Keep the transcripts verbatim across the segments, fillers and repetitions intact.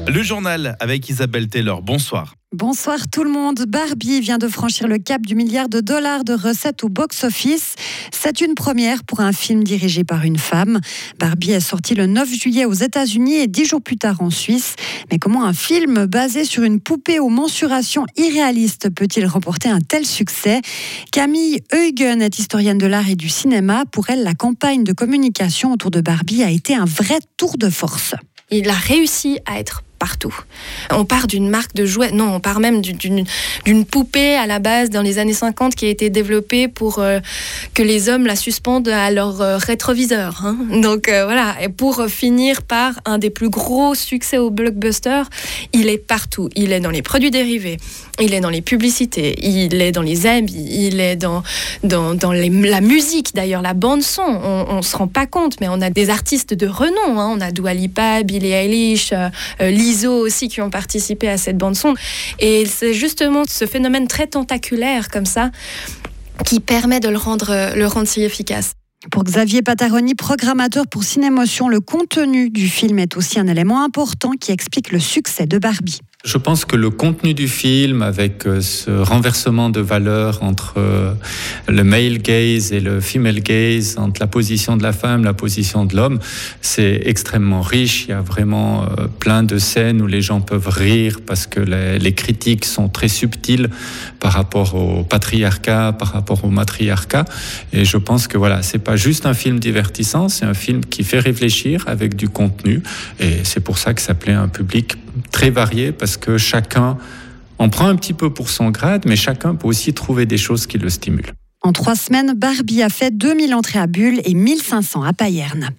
Le journal avec Isabelle Taylor. Bonsoir. Bonsoir tout le monde. Barbie vient de franchir le cap du milliard de dollars de recettes au box-office. C'est une première pour un film dirigé par une femme. Barbie est sorti le neuf juillet aux États-Unis et dix jours plus tard en Suisse. Mais comment un film basé sur une poupée aux mensurations irréalistes peut-il remporter un tel succès ? Camille Huygen est historienne de l'art et du cinéma. Pour elle, la campagne de communication autour de Barbie a été un vrai tour de force. Il a réussi à être partout. On part d'une marque de jouets, non, on part même d'une, d'une poupée à la base dans les années cinquante qui a été développée pour euh, que les hommes la suspendent à leur euh, rétroviseur. Hein. Donc euh, voilà, et pour finir par un des plus gros succès au blockbuster, il est partout. Il est dans les produits dérivés, il est dans les publicités, il est dans les habits, il est dans, dans, dans les, la musique d'ailleurs, la bande-son. On ne se rend pas compte, mais on a des artistes de renom. Hein. On a Dua Lipa, Billie Eilish, euh, euh, Lizzo aussi qui ont participé à cette bande-son. Et c'est justement ce phénomène très tentaculaire comme ça qui permet de le rendre, le rendre si efficace. Pour Xavier Pataroni, programmateur pour Cinémotion, le contenu du film est aussi un élément important qui explique le succès de Barbie. Je pense que le contenu du film, avec ce renversement de valeurs entre le male gaze et le female gaze, entre la position de la femme, la position de l'homme, c'est extrêmement riche. Il y a vraiment plein de scènes où les gens peuvent rire parce que les, les critiques sont très subtiles par rapport au patriarcat, par rapport au matriarcat. Et je pense que voilà, c'est pas juste un film divertissant, c'est un film qui fait réfléchir avec du contenu. Et c'est pour ça que ça plaît à un public très varié, parce que chacun en prend un petit peu pour son grade, mais chacun peut aussi trouver des choses qui le stimulent. En trois semaines, Barbie a fait deux mille entrées à Bulle et mille cinq cents à Payerne.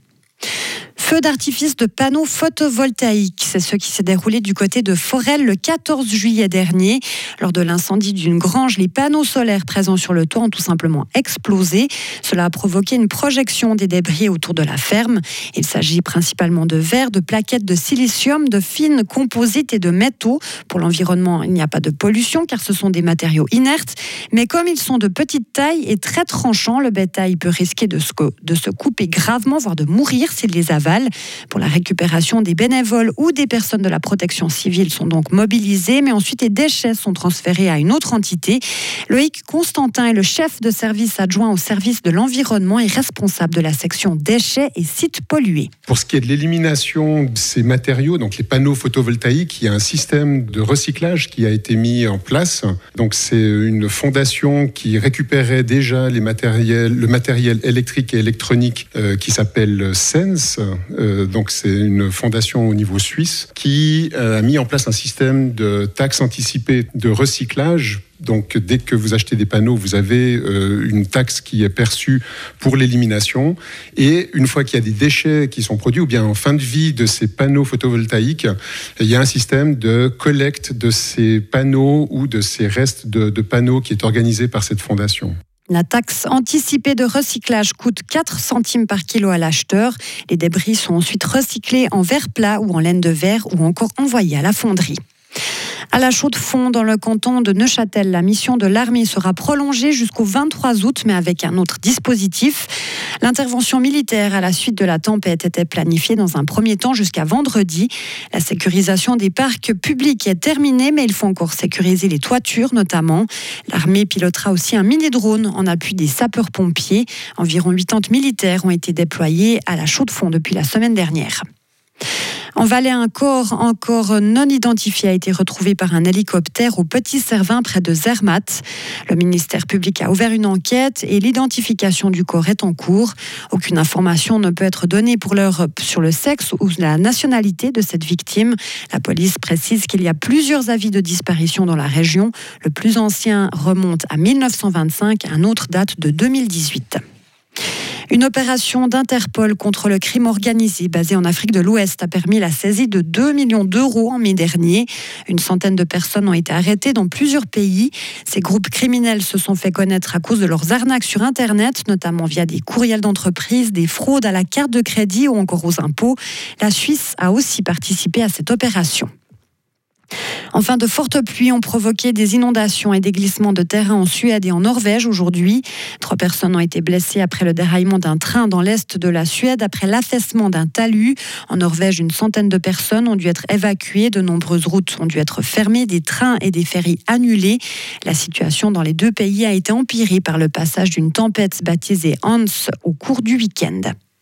Feu d'artifice de panneaux photovoltaïques, c'est ce qui s'est déroulé du côté de Forel le quatorze juillet dernier. Lors de l'incendie d'une grange, les panneaux solaires présents sur le toit ont tout simplement explosé. Cela a provoqué une projection des débris autour de la ferme. Il s'agit principalement de verre, de plaquettes de silicium, de fines composites et de métaux. Pour l'environnement, il n'y a pas de pollution car ce sont des matériaux inertes. Mais comme ils sont de petite taille et très tranchants, le bétail peut risquer de se, de se couper gravement, voire de mourir s'il les avale. Pour la récupération, des bénévoles ou des personnes de la protection civile sont donc mobilisés, mais ensuite les déchets sont transférés à une autre entité. Loïc Constantin est le chef de service adjoint au service de l'environnement et responsable de la section déchets et sites pollués. Pour ce qui est de l'élimination de ces matériaux, donc les panneaux photovoltaïques, il y a un système de recyclage qui a été mis en place. Donc c'est une fondation qui récupérait déjà les matériels, le matériel électrique et électronique euh, qui s'appelle Sense. Euh, donc c'est une fondation au niveau suisse qui euh, a mis en place un système de taxes anticipées de recyclage. Donc dès que vous achetez des panneaux, vous avez euh, une taxe qui est perçue pour l'élimination. Et une fois qu'il y a des déchets qui sont produits, ou bien en fin de vie de ces panneaux photovoltaïques, il y a un système de collecte de ces panneaux ou de ces restes de, de panneaux qui est organisé par cette fondation. La taxe anticipée de recyclage coûte quatre centimes par kilo à l'acheteur. Les débris sont ensuite recyclés en verre plat ou en laine de verre ou encore envoyés à la fonderie. À la Chaux-de-Fonds, dans le canton de Neuchâtel, la mission de l'armée sera prolongée jusqu'au vingt-trois août, mais avec un autre dispositif. L'intervention militaire à la suite de la tempête était planifiée dans un premier temps jusqu'à vendredi. La sécurisation des parcs publics est terminée, mais il faut encore sécuriser les toitures notamment. L'armée pilotera aussi un mini-drone en appui des sapeurs-pompiers. Environ quatre-vingts militaires ont été déployés à la Chaux-de-Fonds depuis la semaine dernière. En Valais, un corps encore non identifié a été retrouvé par un hélicoptère au Petit-Cervin près de Zermatt. Le ministère public a ouvert une enquête et l'identification du corps est en cours. Aucune information ne peut être donnée pour l'heure sur le sexe ou la nationalité de cette victime. La police précise qu'il y a plusieurs avis de disparition dans la région. Le plus ancien remonte à mille neuf cent vingt-cinq, un autre date de deux mille dix-huit. Une opération d'Interpol contre le crime organisé basée en Afrique de l'Ouest a permis la saisie de deux millions d'euros en mai dernier. Une centaine de personnes ont été arrêtées dans plusieurs pays. Ces groupes criminels se sont fait connaître à cause de leurs arnaques sur Internet, notamment via des courriels d'entreprise, des fraudes à la carte de crédit ou encore aux impôts. La Suisse a aussi participé à cette opération. Enfin, de fortes pluies ont provoqué des inondations et des glissements de terrain en Suède et en Norvège aujourd'hui. Trois personnes ont été blessées après le déraillement d'un train dans l'est de la Suède après l'affaissement d'un talus. En Norvège, une centaine de personnes ont dû être évacuées. De nombreuses routes ont dû être fermées, des trains et des ferries annulés. La situation dans les deux pays a été empirée par le passage d'une tempête baptisée Hans au cours du week-end.